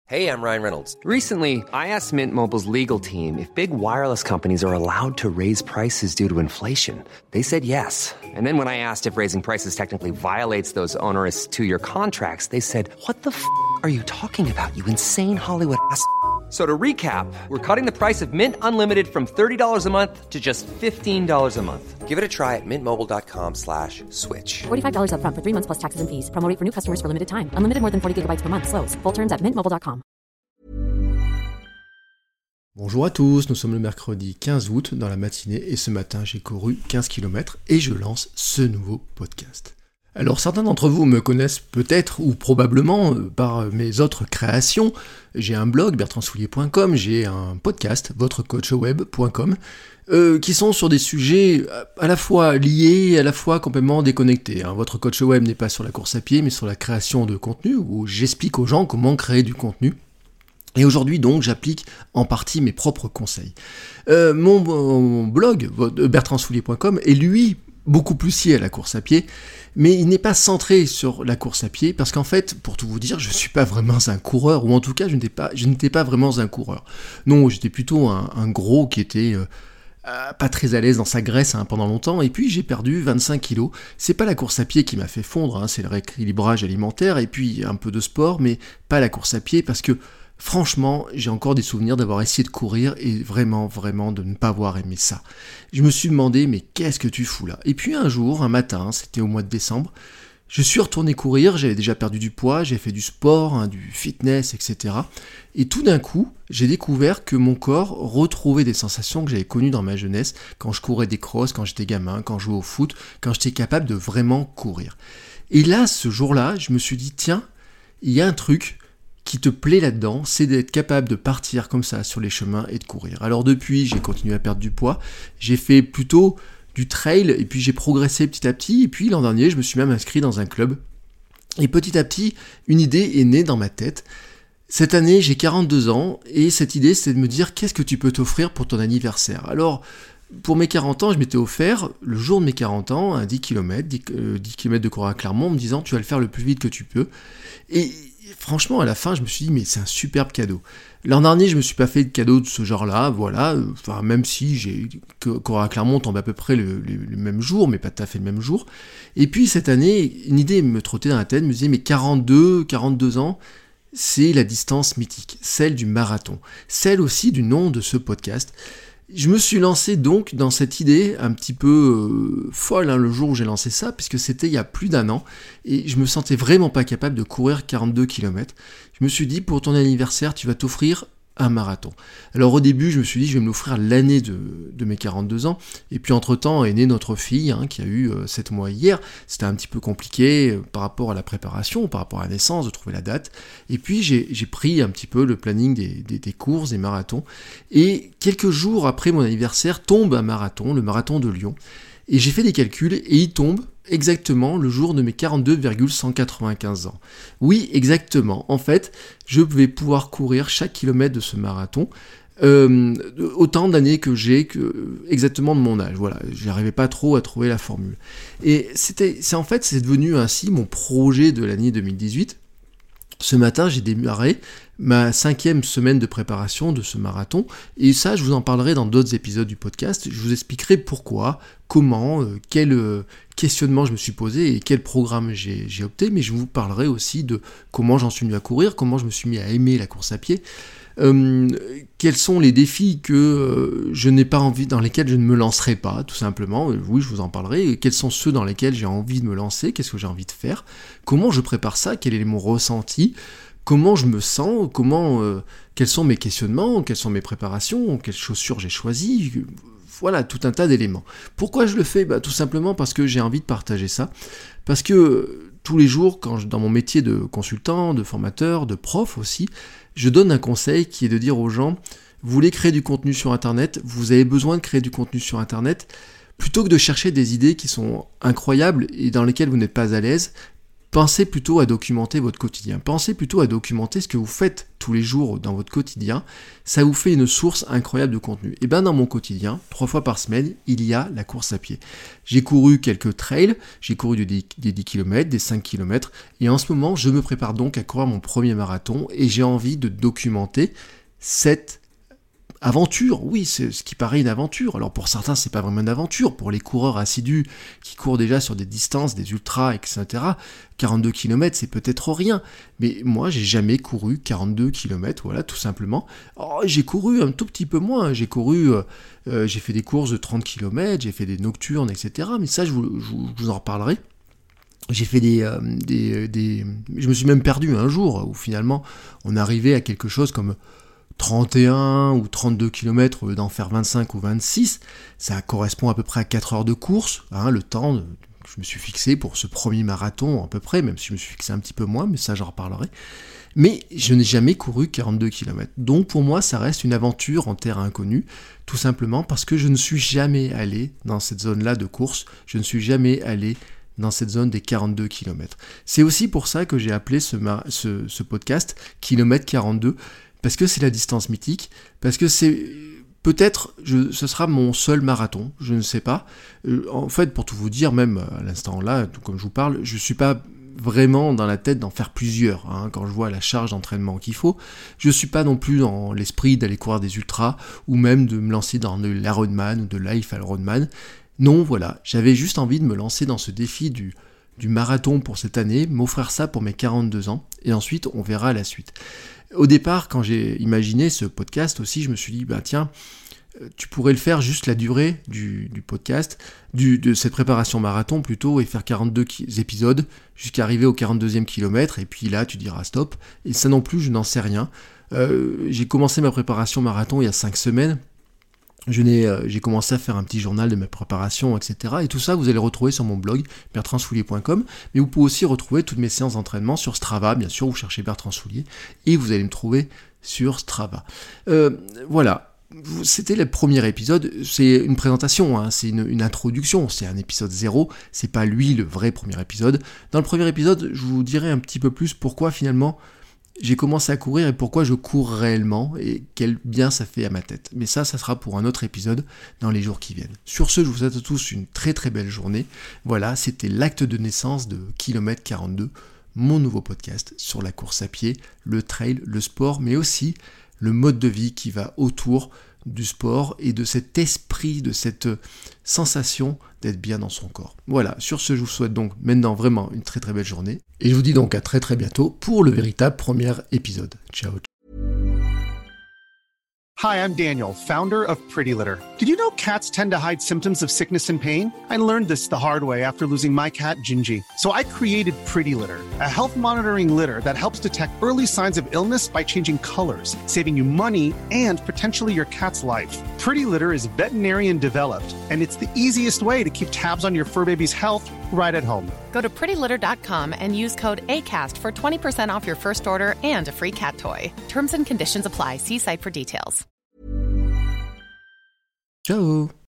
Hey, I'm Ryan Reynolds. Recently, I asked Mint Mobile's legal team if big wireless companies are allowed to raise prices due to inflation. They said yes. And then when I asked if raising prices technically violates those onerous two-year contracts, they said, "What the f*** are you talking about, you insane Hollywood ass?" So to recap, we're cutting the price of Mint Unlimited from $30 a month to just $15 a month. Give it a try at mintmobile.com/switch. $45 up front for 3 months plus taxes and fees. Promo rate for new customers for limited time. Unlimited more than 40 gigabytes per month. Slows full terms at mintmobile.com. Bonjour à tous, nous sommes le mercredi 15 août dans la matinée et ce matin j'ai couru 15 km et je lance ce nouveau podcast. Alors certains d'entre vous me connaissent peut-être ou probablement par mes autres créations. J'ai un blog bertrandsoulier.com, j'ai un podcast votrecoachweb.com qui sont sur des sujets à la fois liés et à la fois complètement déconnectés. Votre coach web n'est pas sur la course à pied mais sur la création de contenu où j'explique aux gens comment créer du contenu. Et aujourd'hui donc j'applique en partie mes propres conseils. Mon blog bertrandsoulier.com est lui beaucoup plus lié à la course à pied, mais il n'est pas centré sur la course à pied, parce qu'en fait, pour tout vous dire, je ne suis pas vraiment un coureur, ou en tout cas, je n'étais pas vraiment un coureur. Non, j'étais plutôt un gros qui était pas très à l'aise dans sa graisse pendant longtemps, et puis j'ai perdu 25 kilos. C'est pas la course à pied qui m'a fait fondre, c'est le rééquilibrage alimentaire, et puis un peu de sport, mais pas la course à pied, parce que franchement, j'ai encore des souvenirs d'avoir essayé de courir et vraiment de ne pas avoir aimé ça. Je me suis demandé, mais qu'est-ce que tu fous là ? Et puis un jour, un matin, c'était au mois de décembre, je suis retourné courir, j'avais déjà perdu du poids, j'ai fait du sport, du fitness, etc. Et tout d'un coup, j'ai découvert que mon corps retrouvait des sensations que j'avais connues dans ma jeunesse, quand je courais des crosses, quand j'étais gamin, quand je jouais au foot, quand j'étais capable de vraiment courir. Et là, ce jour-là, je me suis dit, tiens, il y a un truc qui te plaît là-dedans, c'est d'être capable de partir comme ça sur les chemins et de courir. Alors depuis, j'ai continué à perdre du poids, j'ai fait plutôt du trail, et puis j'ai progressé petit à petit, et puis l'an dernier, je me suis même inscrit dans un club. Et petit à petit, une idée est née dans ma tête. Cette année, j'ai 42 ans, et cette idée, c'est de me dire, qu'est-ce que tu peux t'offrir pour ton anniversaire ? Alors, pour mes 40 ans, je m'étais offert, le jour de mes 40 ans, un 10 km de course à Clermont, en me disant, tu vas le faire le plus vite que tu peux. Et franchement, à la fin, je me suis dit, mais c'est un superbe cadeau. L'an dernier, je me suis pas fait de cadeau de ce genre-là, voilà, même si course à Clermont tombe à peu près le même jour, mais pas tout à fait le même jour. Et puis cette année, une idée me trottait dans la tête, me disait, mais 42 ans, c'est la distance mythique, celle du marathon, celle aussi du nom de ce podcast. Je me suis lancé donc dans cette idée un petit peu folle le jour où j'ai lancé ça, puisque c'était il y a plus d'un an, et je me sentais vraiment pas capable de courir 42 km. Je me suis dit, pour ton anniversaire, tu vas t'offrir un marathon. Alors au début, je me suis dit, je vais me l'offrir l'année de mes 42 ans, et puis entre-temps est née notre fille, qui a eu 7 mois hier. C'était un petit peu compliqué par rapport à la préparation, par rapport à la naissance, de trouver la date, et puis j'ai pris un petit peu le planning des courses, des marathons, et quelques jours après mon anniversaire, tombe un marathon, le marathon de Lyon, et j'ai fait des calculs, et il tombe exactement le jour de mes 42,195 ans. Oui, exactement. En fait, je vais pouvoir courir chaque kilomètre de ce marathon autant d'années que j'ai exactement de mon âge. Voilà, j'arrivais pas trop à trouver la formule. Et c'est devenu ainsi mon projet de l'année 2018. Ce matin, j'ai démarré ma 5e semaine de préparation de ce marathon, et ça, je vous en parlerai dans d'autres épisodes du podcast. Je vous expliquerai pourquoi, comment, quel questionnement je me suis posé et quel programme j'ai opté, mais je vous parlerai aussi de comment j'en suis venu à courir, comment je me suis mis à aimer la course à pied, quels sont les défis que je n'ai pas envie, dans lesquels je ne me lancerai pas, tout simplement. Oui, je vous en parlerai. Et quels sont ceux dans lesquels j'ai envie de me lancer, qu'est-ce que j'ai envie de faire, comment je prépare ça, quel est mon ressenti, comment je me sens, quels sont mes questionnements, quelles sont mes préparations, quelles chaussures j'ai choisies. Voilà, tout un tas d'éléments. Pourquoi je le fais ? Tout simplement parce que j'ai envie de partager ça. Parce que tous les jours, dans mon métier de consultant, de formateur, de prof aussi, je donne un conseil qui est de dire aux gens, vous voulez créer du contenu sur Internet, vous avez besoin de créer du contenu sur Internet, plutôt que de chercher des idées qui sont incroyables et dans lesquelles vous n'êtes pas à l'aise, pensez plutôt à documenter votre quotidien, pensez plutôt à documenter ce que vous faites tous les jours dans votre quotidien, ça vous fait une source incroyable de contenu. Et bien dans mon quotidien, 3 fois par semaine, il y a la course à pied. J'ai couru quelques trails, j'ai couru des 10 km, des 5 km, et en ce moment, je me prépare donc à courir mon premier marathon, et j'ai envie de documenter cette aventure. Oui, c'est ce qui paraît une aventure. Alors pour certains, c'est pas vraiment une aventure. Pour les coureurs assidus qui courent déjà sur des distances, des ultras, etc., 42 km, c'est peut-être rien. Mais moi, j'ai jamais couru 42 km, voilà, tout simplement. Oh, j'ai couru un tout petit peu moins. J'ai fait des courses de 30 km, j'ai fait des nocturnes, etc. Mais ça, je vous en reparlerai. J'ai fait je me suis même perdu un jour où finalement, on arrivait à quelque chose comme 31 ou 32 km au lieu d'en faire 25 ou 26, ça correspond à peu près à 4 heures de course, le temps que je me suis fixé pour ce premier marathon à peu près, même si je me suis fixé un petit peu moins, mais ça j'en reparlerai. Mais je n'ai jamais couru 42 km, donc pour moi ça reste une aventure en terre inconnue, tout simplement parce que je ne suis jamais allé dans cette zone-là de course, je ne suis jamais allé dans cette zone des 42 km. C'est aussi pour ça que j'ai appelé ce podcast Kilomètre 42, parce que c'est la distance mythique, parce que c'est peut-être, ce sera mon seul marathon, je ne sais pas. En fait, pour tout vous dire, même à l'instant là, tout comme je vous parle, je ne suis pas vraiment dans la tête d'en faire plusieurs, quand je vois la charge d'entraînement qu'il faut. Je ne suis pas non plus dans l'esprit d'aller courir des ultras, ou même de me lancer dans de l'Ironman ou de l'Ife Ironman. Non, voilà, j'avais juste envie de me lancer dans ce défi du marathon pour cette année, m'offrir ça pour mes 42 ans, et ensuite on verra la suite. Au départ, quand j'ai imaginé ce podcast aussi, je me suis dit, tiens, tu pourrais le faire juste la durée du podcast, de cette préparation marathon plutôt, et faire 42 épisodes jusqu'à arriver au 42e kilomètre, et puis là, tu diras stop. Et ça non plus, je n'en sais rien. J'ai commencé ma préparation marathon il y a 5 semaines. J'ai commencé à faire un petit journal de ma préparation, etc. Et tout ça, vous allez retrouver sur mon blog, bertrandsoulier.com. Mais vous pouvez aussi retrouver toutes mes séances d'entraînement sur Strava. Bien sûr, vous cherchez Bertrand Soulier et vous allez me trouver sur Strava. Voilà. C'était le premier épisode. C'est une présentation, c'est une introduction. C'est un épisode 0. C'est pas lui le vrai premier épisode. Dans le premier épisode, je vous dirai un petit peu plus pourquoi finalement j'ai commencé à courir et pourquoi je cours réellement et quel bien ça fait à ma tête. Mais ça sera pour un autre épisode dans les jours qui viennent. Sur ce, je vous souhaite à tous une très très belle journée. Voilà, c'était l'acte de naissance de Kilomètre 42, mon nouveau podcast sur la course à pied, le trail, le sport, mais aussi le mode de vie qui va autour du sport et de cet esprit, de cette sensation d'être bien dans son corps. Voilà, sur ce, je vous souhaite donc maintenant vraiment une très très belle journée et je vous dis donc à très très bientôt pour le véritable premier épisode. Ciao. Hi, I'm Daniel, founder of Pretty Litter. Did you know cats tend to hide symptoms of sickness and pain? I learned this the hard way after losing my cat, Gingy. So I created Pretty Litter, a health monitoring litter that helps detect early signs of illness by changing colors, saving you money and potentially your cat's life. Pretty Litter is veterinarian developed, and it's the easiest way to keep tabs on your fur baby's health right at home. Go to prettylitter.com and use code ACAST for 20% off your first order and a free cat toy. Terms and conditions apply. See site for details. Ciao.